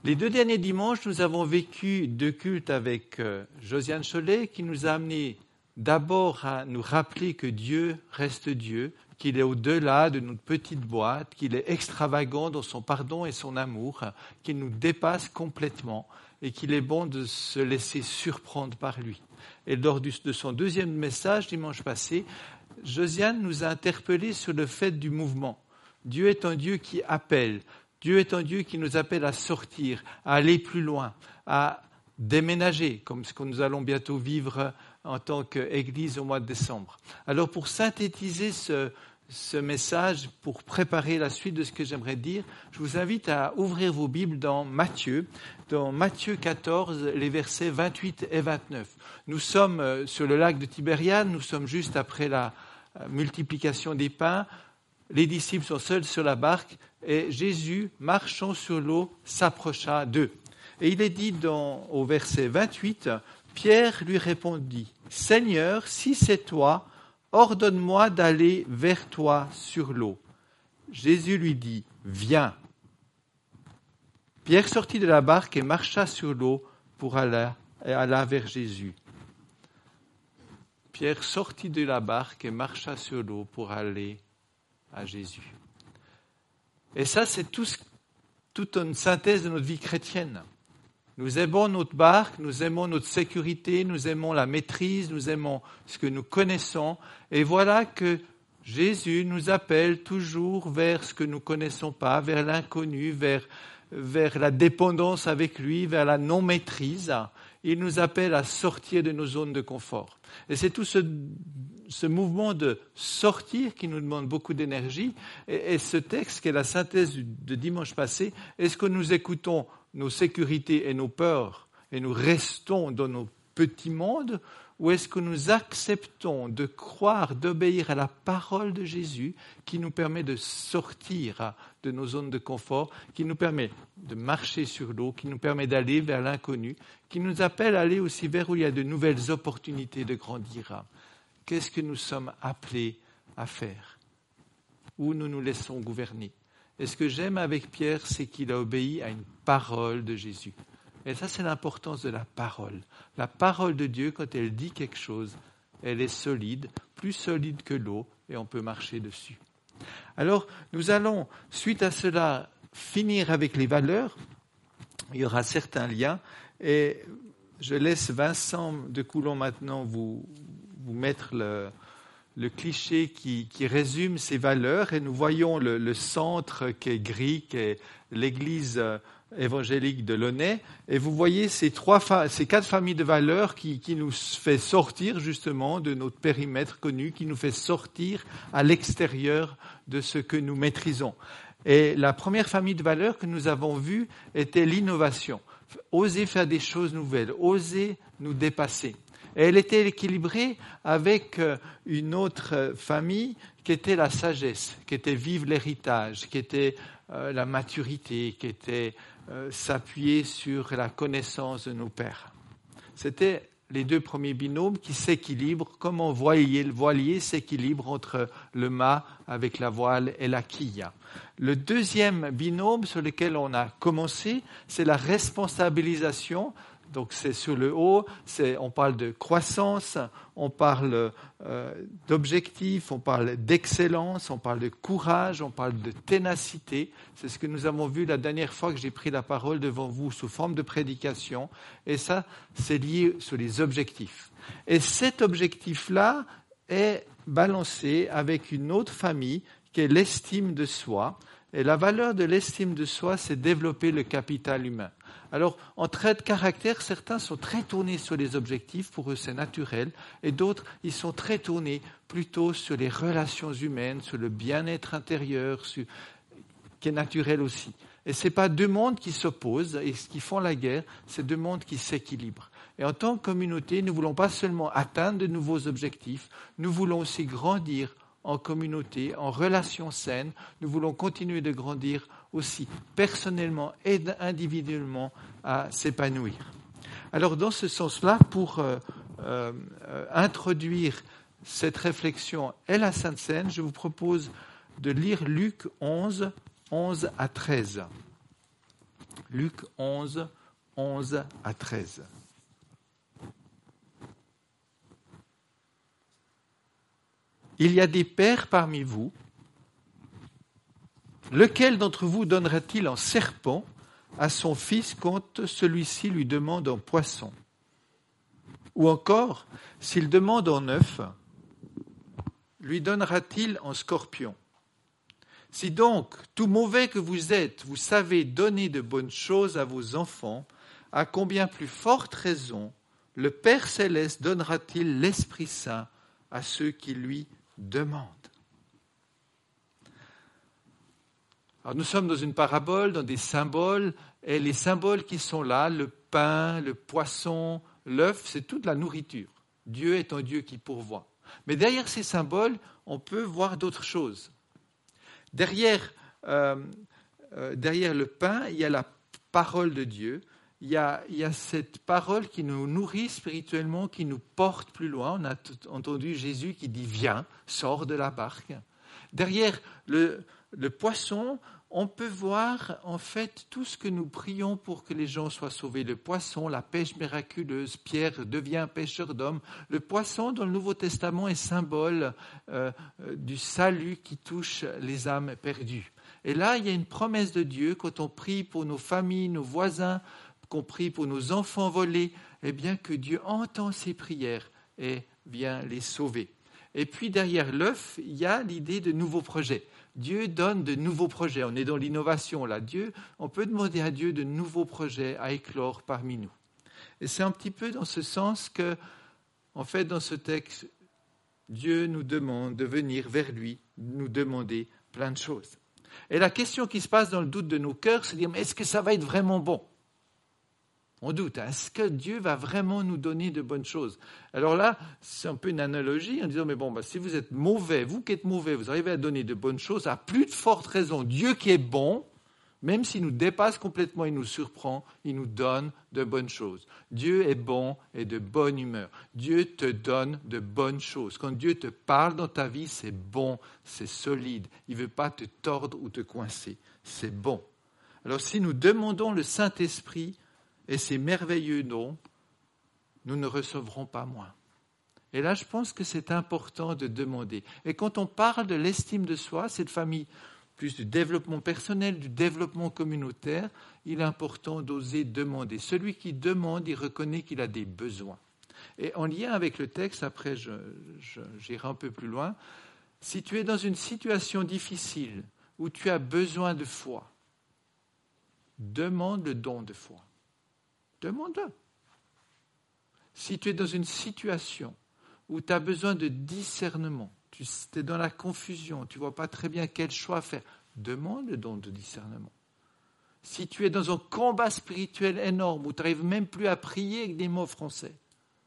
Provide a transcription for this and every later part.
Les 2 derniers dimanches, nous avons vécu 2 cultes avec Josiane Chollet qui nous a amené d'abord à nous rappeler que Dieu reste Dieu, qu'il est au-delà de notre petite boîte, qu'il est extravagant dans son pardon et son amour, qu'il nous dépasse complètement et qu'il est bon de se laisser surprendre par lui. Et lors de son 2e message dimanche passé, Josiane nous a interpellés sur le fait du mouvement. Dieu est un Dieu qui appelle. Dieu est un Dieu qui nous appelle à sortir, à aller plus loin, à déménager, comme ce que nous allons bientôt vivre en tant qu'Église au mois de décembre. Alors pour synthétiser ce message, pour préparer la suite de ce que j'aimerais dire, je vous invite à ouvrir vos Bibles dans Matthieu 14, les versets 28 et 29. Nous sommes sur le lac de Tibériade, nous sommes juste après la multiplication des pains. Les disciples sont seuls sur la barque et Jésus, marchant sur l'eau, s'approcha d'eux. Et il est dit au verset 28, Pierre lui répondit, « Seigneur, si c'est toi, ordonne-moi d'aller vers toi sur l'eau. » Jésus lui dit, « Viens. » Pierre sortit de la barque et marcha sur l'eau pour aller vers Jésus. Pierre sortit de la barque et marcha sur l'eau pour aller à Jésus. Et ça, c'est toute une synthèse de notre vie chrétienne. Nous aimons notre barque, nous aimons notre sécurité, nous aimons la maîtrise, nous aimons ce que nous connaissons. Et voilà que Jésus nous appelle toujours vers ce que nous ne connaissons pas, vers l'inconnu, vers la dépendance avec lui, vers la non-maîtrise. Il nous appelle à sortir de nos zones de confort. Et c'est tout ce mouvement de sortir qui nous demande beaucoup d'énergie. Et ce texte, qui est la synthèse de dimanche passé, est-ce que nous écoutons nos sécurités et nos peurs et nous restons dans nos petits mondes, ou est-ce que nous acceptons de croire, d'obéir à la parole de Jésus qui nous permet de sortir de nos zones de confort, qui nous permet de marcher sur l'eau, qui nous permet d'aller vers l'inconnu, qui nous appelle à aller aussi vers où il y a de nouvelles opportunités de grandir. Qu'est-ce que nous sommes appelés à faire? Où nous nous laissons gouverner? Et ce que j'aime avec Pierre, c'est qu'il a obéi à une parole de Jésus. Et ça, c'est l'importance de la parole. La parole de Dieu, quand elle dit quelque chose, elle est solide, plus solide que l'eau, et on peut marcher dessus. Alors, nous allons, suite à cela, finir avec les valeurs. Il y aura certains liens, et je laisse Vincent de Coulon maintenant vous mettre le cliché qui résume ces valeurs, et nous voyons le centre qui est gris, qui est l'église évangélique de Launay, et vous voyez ces 4 familles de valeurs qui nous fait sortir justement de notre périmètre connu, qui nous fait sortir à l'extérieur de ce que nous maîtrisons. Et la première famille de valeurs que nous avons vue était l'innovation. Oser faire des choses nouvelles, oser nous dépasser. Et elle était équilibrée avec une autre famille qui était la sagesse, qui était vivre l'héritage, qui était la maturité, qui était s'appuyer sur la connaissance de nos pères. C'était les 2 premiers binômes qui s'équilibrent, comme on voyait le voilier s'équilibre entre le mât avec la voile et la quille. Le 2e binôme sur lequel on a commencé, c'est la responsabilisation. Donc c'est sur le haut, on parle de croissance, on parle d'objectifs, on parle d'excellence, on parle de courage, on parle de ténacité. C'est ce que nous avons vu la dernière fois que j'ai pris la parole devant vous sous forme de prédication. Et ça, c'est lié sur les objectifs. Et cet objectif-là est balancé avec une autre famille qui est l'estime de soi. Et la valeur de l'estime de soi, c'est développer le capital humain. Alors, en trait de caractère, certains sont très tournés sur les objectifs, pour eux c'est naturel, et d'autres, ils sont très tournés plutôt sur les relations humaines, sur le bien-être intérieur, qui est naturel aussi. Et ce n'est pas 2 mondes qui s'opposent et qui font la guerre, c'est 2 mondes qui s'équilibrent. Et en tant que communauté, nous ne voulons pas seulement atteindre de nouveaux objectifs, nous voulons aussi grandir en communauté, en relations saines. Nous voulons continuer de grandir aussi personnellement et individuellement à s'épanouir. Alors dans ce sens-là, pour introduire cette réflexion et la Sainte Seine, je vous propose de lire Luc 11, 11 à 13. Luc 11, 11 à 13. Il y a des pères parmi vous. Lequel d'entre vous donnera-t-il en serpent à son fils quand celui-ci lui demande en poisson? Ou encore, s'il demande en œuf, lui donnera-t-il en scorpion? Si donc, tout mauvais que vous êtes, vous savez donner de bonnes choses à vos enfants, à combien plus forte raison le Père céleste donnera-t-il l'Esprit Saint à ceux qui lui demandent? Alors nous sommes dans une parabole, dans des symboles, et les symboles qui sont là, le pain, le poisson, l'œuf, c'est toute la nourriture. Dieu est un Dieu qui pourvoit. Mais derrière ces symboles, on peut voir d'autres choses. Derrière le pain, il y a la parole de Dieu. Il y a cette parole qui nous nourrit spirituellement, qui nous porte plus loin. On a entendu Jésus qui dit « Viens, sors de la barque ». Derrière le poisson, on peut voir en fait tout ce que nous prions pour que les gens soient sauvés. Le poisson, la pêche miraculeuse, Pierre devient pêcheur d'hommes. Le poisson dans le Nouveau Testament est symbole du salut qui touche les âmes perdues. Et là, il y a une promesse de Dieu quand on prie pour nos familles, nos voisins, qu'on prie pour nos enfants volés, eh bien que Dieu entend ces prières et vient les sauver. Et puis derrière l'œuf, il y a l'idée de nouveaux projets. Dieu donne de nouveaux projets. On est dans l'innovation là. On peut demander à Dieu de nouveaux projets à éclore parmi nous. Et c'est un petit peu dans ce sens que, en fait, dans ce texte, Dieu nous demande de venir vers lui, nous demander plein de choses. Et la question qui se passe dans le doute de nos cœurs, c'est de dire, mais est-ce que ça va être vraiment bon ? On doute, est-ce que Dieu va vraiment nous donner de bonnes choses? Alors là, c'est un peu une analogie en disant, mais bon, si vous êtes mauvais, vous qui êtes mauvais, vous arrivez à donner de bonnes choses, à plus de forte raison, Dieu qui est bon, même s'il nous dépasse complètement, il nous surprend, il nous donne de bonnes choses. Dieu est bon et de bonne humeur. Dieu te donne de bonnes choses. Quand Dieu te parle dans ta vie, c'est bon, c'est solide. Il ne veut pas te tordre ou te coincer. C'est bon. Alors si nous demandons le Saint-Esprit, et ces merveilleux dons, nous ne recevrons pas moins. Et là, je pense que c'est important de demander. Et quand on parle de l'estime de soi, cette famille, plus du développement personnel, du développement communautaire, il est important d'oser demander. Celui qui demande, il reconnaît qu'il a des besoins. Et en lien avec le texte, après j'irai un peu plus loin, si tu es dans une situation difficile où tu as besoin de foi, demande le don de foi. Demande-le. Si tu es dans une situation où tu as besoin de discernement, tu es dans la confusion, tu ne vois pas très bien quel choix faire, demande le don de discernement. Si tu es dans un combat spirituel énorme où tu n'arrives même plus à prier avec des mots français,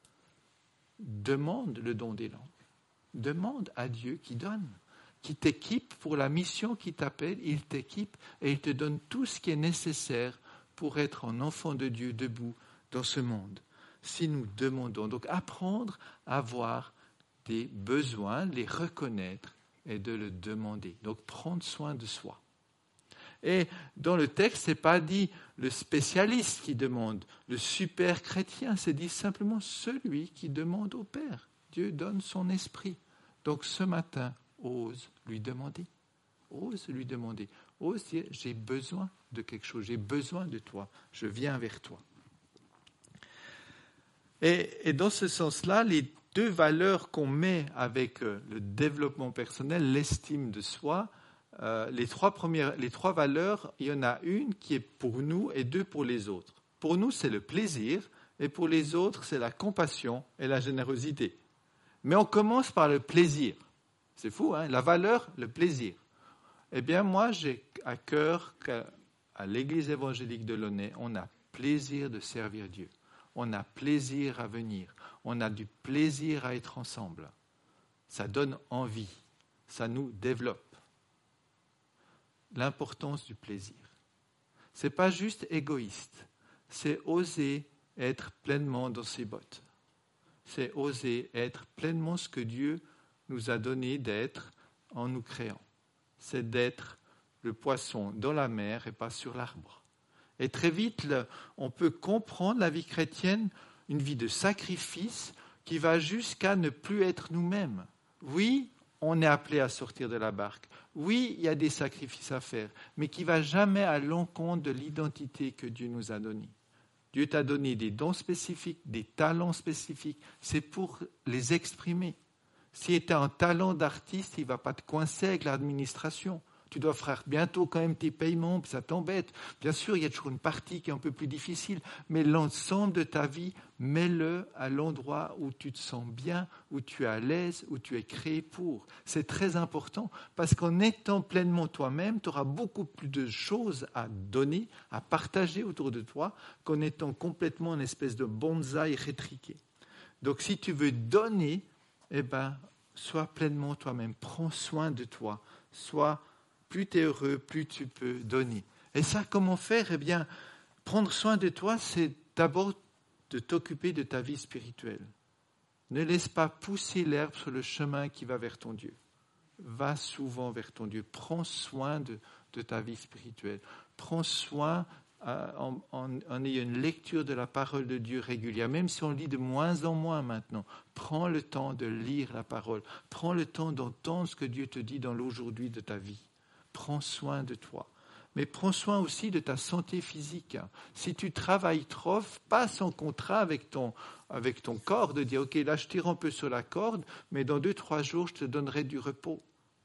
demande le don des langues. Demande à Dieu qui donne, qui t'équipe pour la mission qui t'appelle, il t'équipe et il te donne tout ce qui est nécessaire pour être un enfant de Dieu debout dans ce monde, si nous demandons. Donc apprendre à avoir des besoins, les reconnaître et de le demander. Donc prendre soin de soi. Et dans le texte, ce n'est pas dit le spécialiste qui demande, le super chrétien, c'est dit simplement celui qui demande au Père. Dieu donne son esprit. Donc ce matin, ose lui demander. Ose lui demander. Ose dire, j'ai besoin de quelque chose, j'ai besoin de toi, je viens vers toi. Et dans ce sens-là, les deux valeurs qu'on met avec le développement personnel, l'estime de soi, les trois valeurs, il y en a une qui est pour nous et deux pour les autres. Pour nous, c'est le plaisir, et pour les autres, c'est la compassion et la générosité. Mais on commence par le plaisir. C'est fou, hein? La valeur, le plaisir. Eh bien, moi, j'ai à cœur qu'à l'Église évangélique de Launay, on a plaisir de servir Dieu. On a plaisir à venir. On a du plaisir à être ensemble. Ça donne envie. Ça nous développe. L'importance du plaisir. Ce n'est pas juste égoïste. C'est oser être pleinement dans ses bottes. C'est oser être pleinement ce que Dieu nous a donné d'être en nous créant. C'est d'être le poisson dans la mer et pas sur l'arbre. Et très vite, on peut comprendre la vie chrétienne, une vie de sacrifice qui va jusqu'à ne plus être nous-mêmes. Oui, on est appelé à sortir de la barque. Oui, il y a des sacrifices à faire, mais qui ne va jamais à l'encontre de l'identité que Dieu nous a donnée. Dieu t'a donné des dons spécifiques, des talents spécifiques. C'est pour les exprimer. Si tu as un talent d'artiste, il ne va pas te coincer avec l'administration. Tu dois faire bientôt quand même tes paiements, ça t'embête. Bien sûr, il y a toujours une partie qui est un peu plus difficile, mais l'ensemble de ta vie, mets-le à l'endroit où tu te sens bien, où tu es à l'aise, où tu es créé pour. C'est très important, parce qu'en étant pleinement toi-même, tu auras beaucoup plus de choses à donner, à partager autour de toi, qu'en étant complètement une espèce de bonsaï rétriqué. Donc si tu veux donner, sois pleinement toi-même, prends soin de toi, plus tu es heureux, plus tu peux donner. Et ça, comment faire ? Eh bien, prendre soin de toi, c'est d'abord de t'occuper de ta vie spirituelle. Ne laisse pas pousser l'herbe sur le chemin qui va vers ton Dieu. Va souvent vers ton Dieu. Prends soin de ta vie spirituelle. Prends soin en ayant une lecture de la parole de Dieu régulière, même si on lit de moins en moins maintenant. Prends le temps de lire la parole. Prends le temps d'entendre ce que Dieu te dit dans l'aujourd'hui de ta vie. Prends soin de toi. Mais prends soin aussi de ta santé physique. Si tu travailles trop, passe en contrat avec ton corps, de dire, ok, là je tire un peu sur la corde, mais dans 2-3 jours, je te donnerai du repos.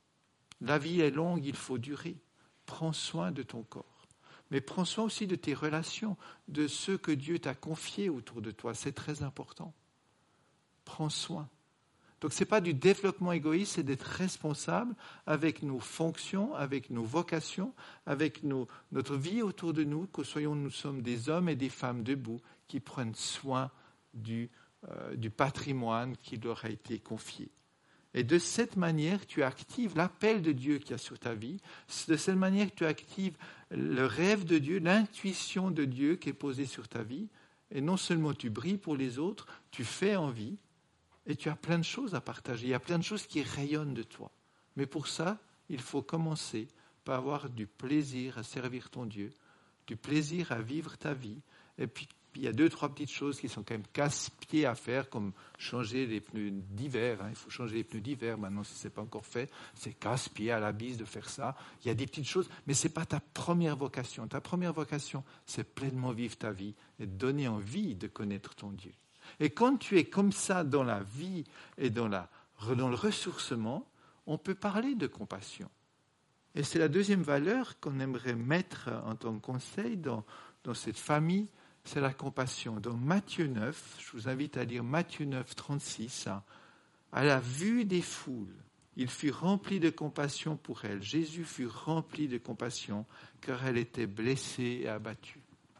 La vie est longue, il faut durer. Prends soin de ton corps. Mais prends soin aussi de tes relations, de ceux que Dieu t'a confiés autour de toi. C'est très important. Prends soin. Donc, ce n'est pas du développement égoïste, c'est d'être responsable avec nos fonctions, avec nos vocations, avec notre vie autour de nous, que nous sommes des hommes et des femmes debout qui prennent soin du patrimoine qui leur a été confié. Et de cette manière, tu actives l'appel de Dieu qu'il y a sur ta vie. De cette manière, tu actives le rêve de Dieu, l'intuition de Dieu qui est posée sur ta vie. Et non seulement tu brilles pour les autres, tu fais envie. Et tu as plein de choses à partager. Il y a plein de choses qui rayonnent de toi. Mais pour ça, il faut commencer par avoir du plaisir à servir ton Dieu, du plaisir à vivre ta vie. Et puis, il y a 2-3 petites choses qui sont quand même casse-pieds à faire, comme changer les pneus d'hiver. Il faut changer les pneus d'hiver. Maintenant, si ce n'est pas encore fait, c'est casse-pied à la bise de faire ça. Il y a des petites choses, mais ce n'est pas ta première vocation. Ta première vocation, c'est pleinement vivre ta vie et donner envie de connaître ton Dieu. Et quand tu es comme ça dans la vie et dans le ressourcement, on peut parler de compassion. Et c'est la deuxième valeur qu'on aimerait mettre en tant que conseil dans cette famille, c'est la compassion. Dans Matthieu 9, je vous invite à lire Matthieu 9, 36, à la vue des foules, il fut rempli de compassion pour elles. Jésus fut rempli de compassion car elle était blessée et abattue.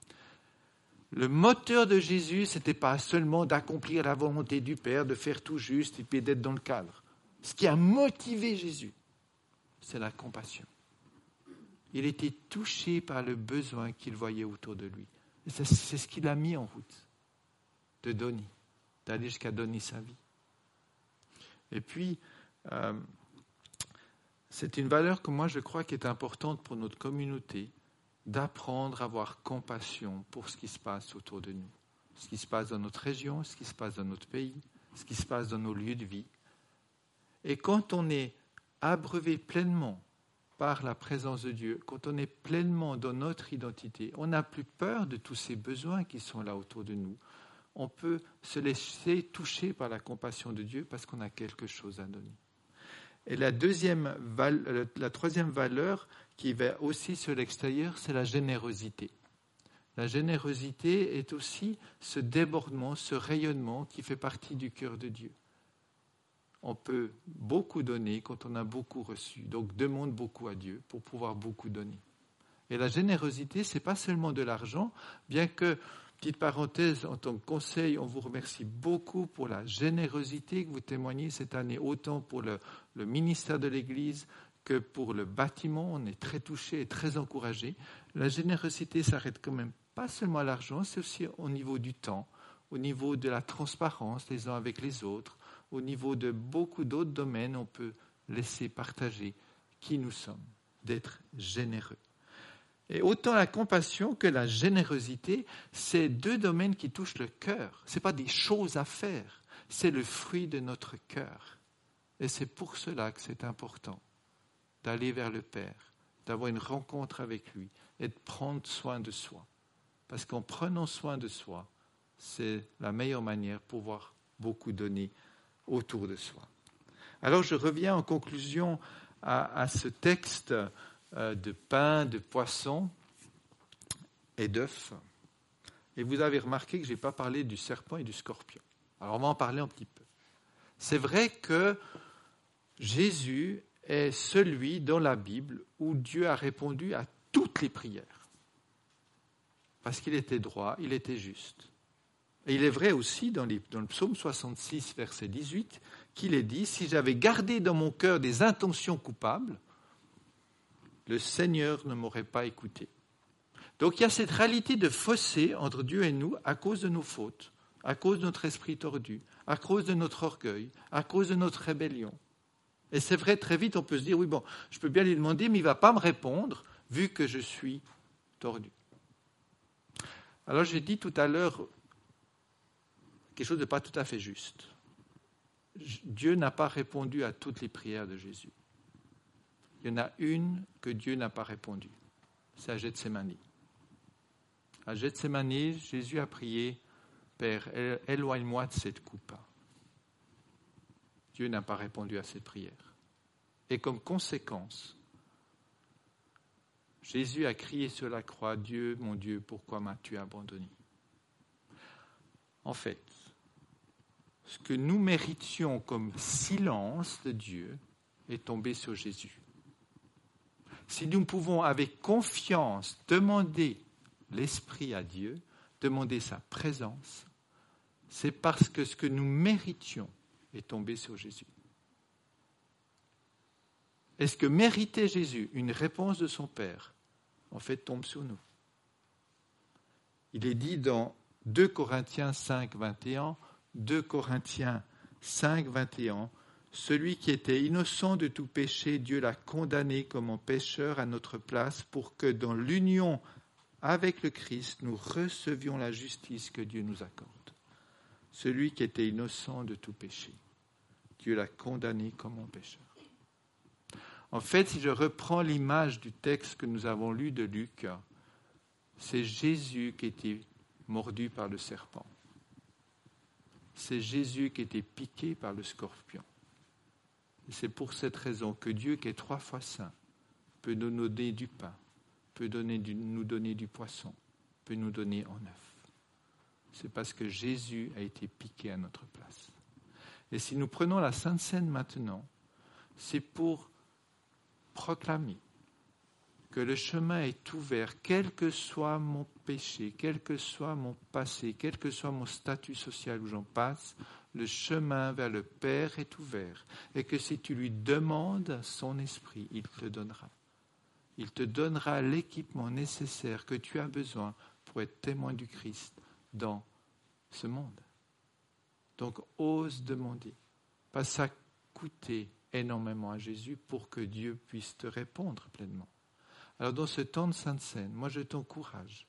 Le moteur de Jésus, ce n'était pas seulement d'accomplir la volonté du Père, de faire tout juste et puis d'être dans le cadre. Ce qui a motivé Jésus, c'est la compassion. Il était touché par le besoin qu'il voyait autour de lui. Et c'est ce qu'il a mis en route, de donner, d'aller jusqu'à donner sa vie. Et puis, c'est une valeur que moi je crois qui est importante pour notre communauté, d'apprendre à avoir compassion pour ce qui se passe autour de nous, ce qui se passe dans notre région, ce qui se passe dans notre pays, ce qui se passe dans nos lieux de vie. Et quand on est abreuvé pleinement par la présence de Dieu, quand on est pleinement dans notre identité, on n'a plus peur de tous ces besoins qui sont là autour de nous. On peut se laisser toucher par la compassion de Dieu parce qu'on a quelque chose à donner. Et la troisième valeur qui va aussi sur l'extérieur, c'est la générosité. La générosité est aussi ce débordement, ce rayonnement qui fait partie du cœur de Dieu. On peut beaucoup donner quand on a beaucoup reçu. Donc demande beaucoup à Dieu pour pouvoir beaucoup donner. Et la générosité, ce n'est pas seulement de l'argent, bien que, petite parenthèse, en tant que conseil, on vous remercie beaucoup pour la générosité que vous témoignez cette année, autant pour le ministère de l'Église que pour le bâtiment. On est très touchés et très encouragés. La générosité ne s'arrête quand même pas seulement à l'argent, c'est aussi au niveau du temps, au niveau de la transparence les uns avec les autres, au niveau de beaucoup d'autres domaines, on peut laisser partager qui nous sommes, d'être généreux. Et autant la compassion que la générosité, c'est deux domaines qui touchent le cœur. Ce n'est pas des choses à faire, c'est le fruit de notre cœur. Et c'est pour cela que c'est important d'aller vers le Père, d'avoir une rencontre avec lui et de prendre soin de soi. Parce qu'en prenant soin de soi, c'est la meilleure manière pour pouvoir beaucoup donner autour de soi. Alors je reviens en conclusion à ce texte de pain, de poisson et d'œufs. Et vous avez remarqué que je n'ai pas parlé du serpent et du scorpion. Alors on va en parler un petit peu. C'est vrai que Jésus est celui dans la Bible où Dieu a répondu à toutes les prières. Parce qu'il était droit, il était juste. Et il est vrai aussi dans le psaume 66, verset 18, qu'il est dit « Si j'avais gardé dans mon cœur des intentions coupables, le Seigneur ne m'aurait pas écouté. » Donc il y a cette réalité de fossé entre Dieu et nous à cause de nos fautes, à cause de notre esprit tordu, à cause de notre orgueil, à cause de notre rébellion. Et c'est vrai, très vite, on peut se dire, oui, bon, je peux bien lui demander, mais il ne va pas me répondre, vu que je suis tordu. Alors j'ai dit tout à l'heure quelque chose de pas tout à fait juste. Dieu n'a pas répondu à toutes les prières de Jésus. Il y en a une que Dieu n'a pas répondu. C'est à Gethsémani. À Gethsémani, Jésus a prié, « Père, éloigne-moi de cette coupe. » Dieu n'a pas répondu à cette prière. Et comme conséquence, Jésus a crié sur la croix, « Dieu, mon Dieu, pourquoi m'as-tu abandonné ?» En fait, ce que nous méritions comme silence de Dieu est tombé sur Jésus. Si nous pouvons avec confiance demander l'Esprit à Dieu, demander sa présence, c'est parce que ce que nous méritions est tombé sur Jésus. Et ce que méritait Jésus, une réponse de son Père, en fait tombe sur nous. Il est dit dans 2 Corinthiens 5, 21, 2 Corinthiens 5, 21, « Celui qui était innocent de tout péché, Dieu l'a condamné comme un pécheur à notre place pour que dans l'union avec le Christ, nous recevions la justice que Dieu nous accorde. Celui qui était innocent de tout péché, Dieu l'a condamné comme un pécheur. » En fait, si je reprends l'image du texte que nous avons lu de Luc, c'est Jésus qui était mordu par le serpent. C'est Jésus qui était piqué par le scorpion. Et c'est pour cette raison que Dieu, qui est 3 fois saint, peut nous donner du pain, peut nous donner du poisson, peut nous donner en œuf. C'est parce que Jésus a été piqué à notre place. Et si nous prenons la Sainte Seine maintenant, c'est pour proclamer que le chemin est ouvert, quel que soit mon péché, quel que soit mon passé, quel que soit mon statut social où j'en passe, le chemin vers le Père est ouvert. Et que si tu lui demandes son esprit, il te le donnera. Il te donnera l'équipement nécessaire que tu as besoin pour être témoin du Christ dans ce monde. Donc, ose demander. Pas ça coûter énormément à Jésus pour que Dieu puisse te répondre pleinement. Alors, dans ce temps de Sainte Seine, moi, je t'encourage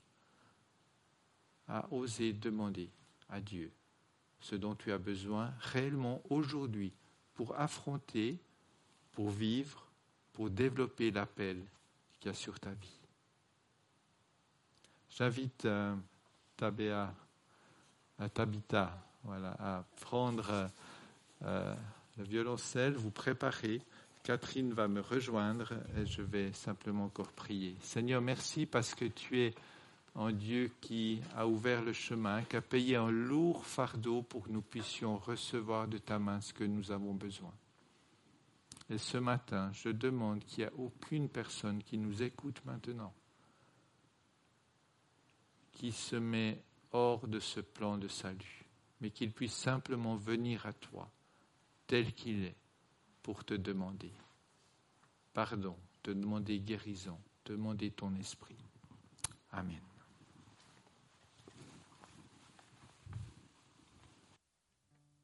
à oser demander à Dieu ce dont tu as besoin réellement aujourd'hui pour affronter, pour vivre, pour développer l'appel qu'il y a sur ta vie. J'invite Tabitha à prendre le violoncelle, vous préparez. Catherine va me rejoindre et je vais simplement encore prier. Seigneur, merci parce que tu es un Dieu qui a ouvert le chemin, qui a payé un lourd fardeau pour que nous puissions recevoir de ta main ce que nous avons besoin. Et ce matin, je demande qu'il n'y ait aucune personne qui nous écoute maintenant, qui se met hors de ce plan de salut, mais qu'il puisse simplement venir à toi, tel qu'il est, pour te demander pardon, te demander guérison, te demander ton esprit. Amen.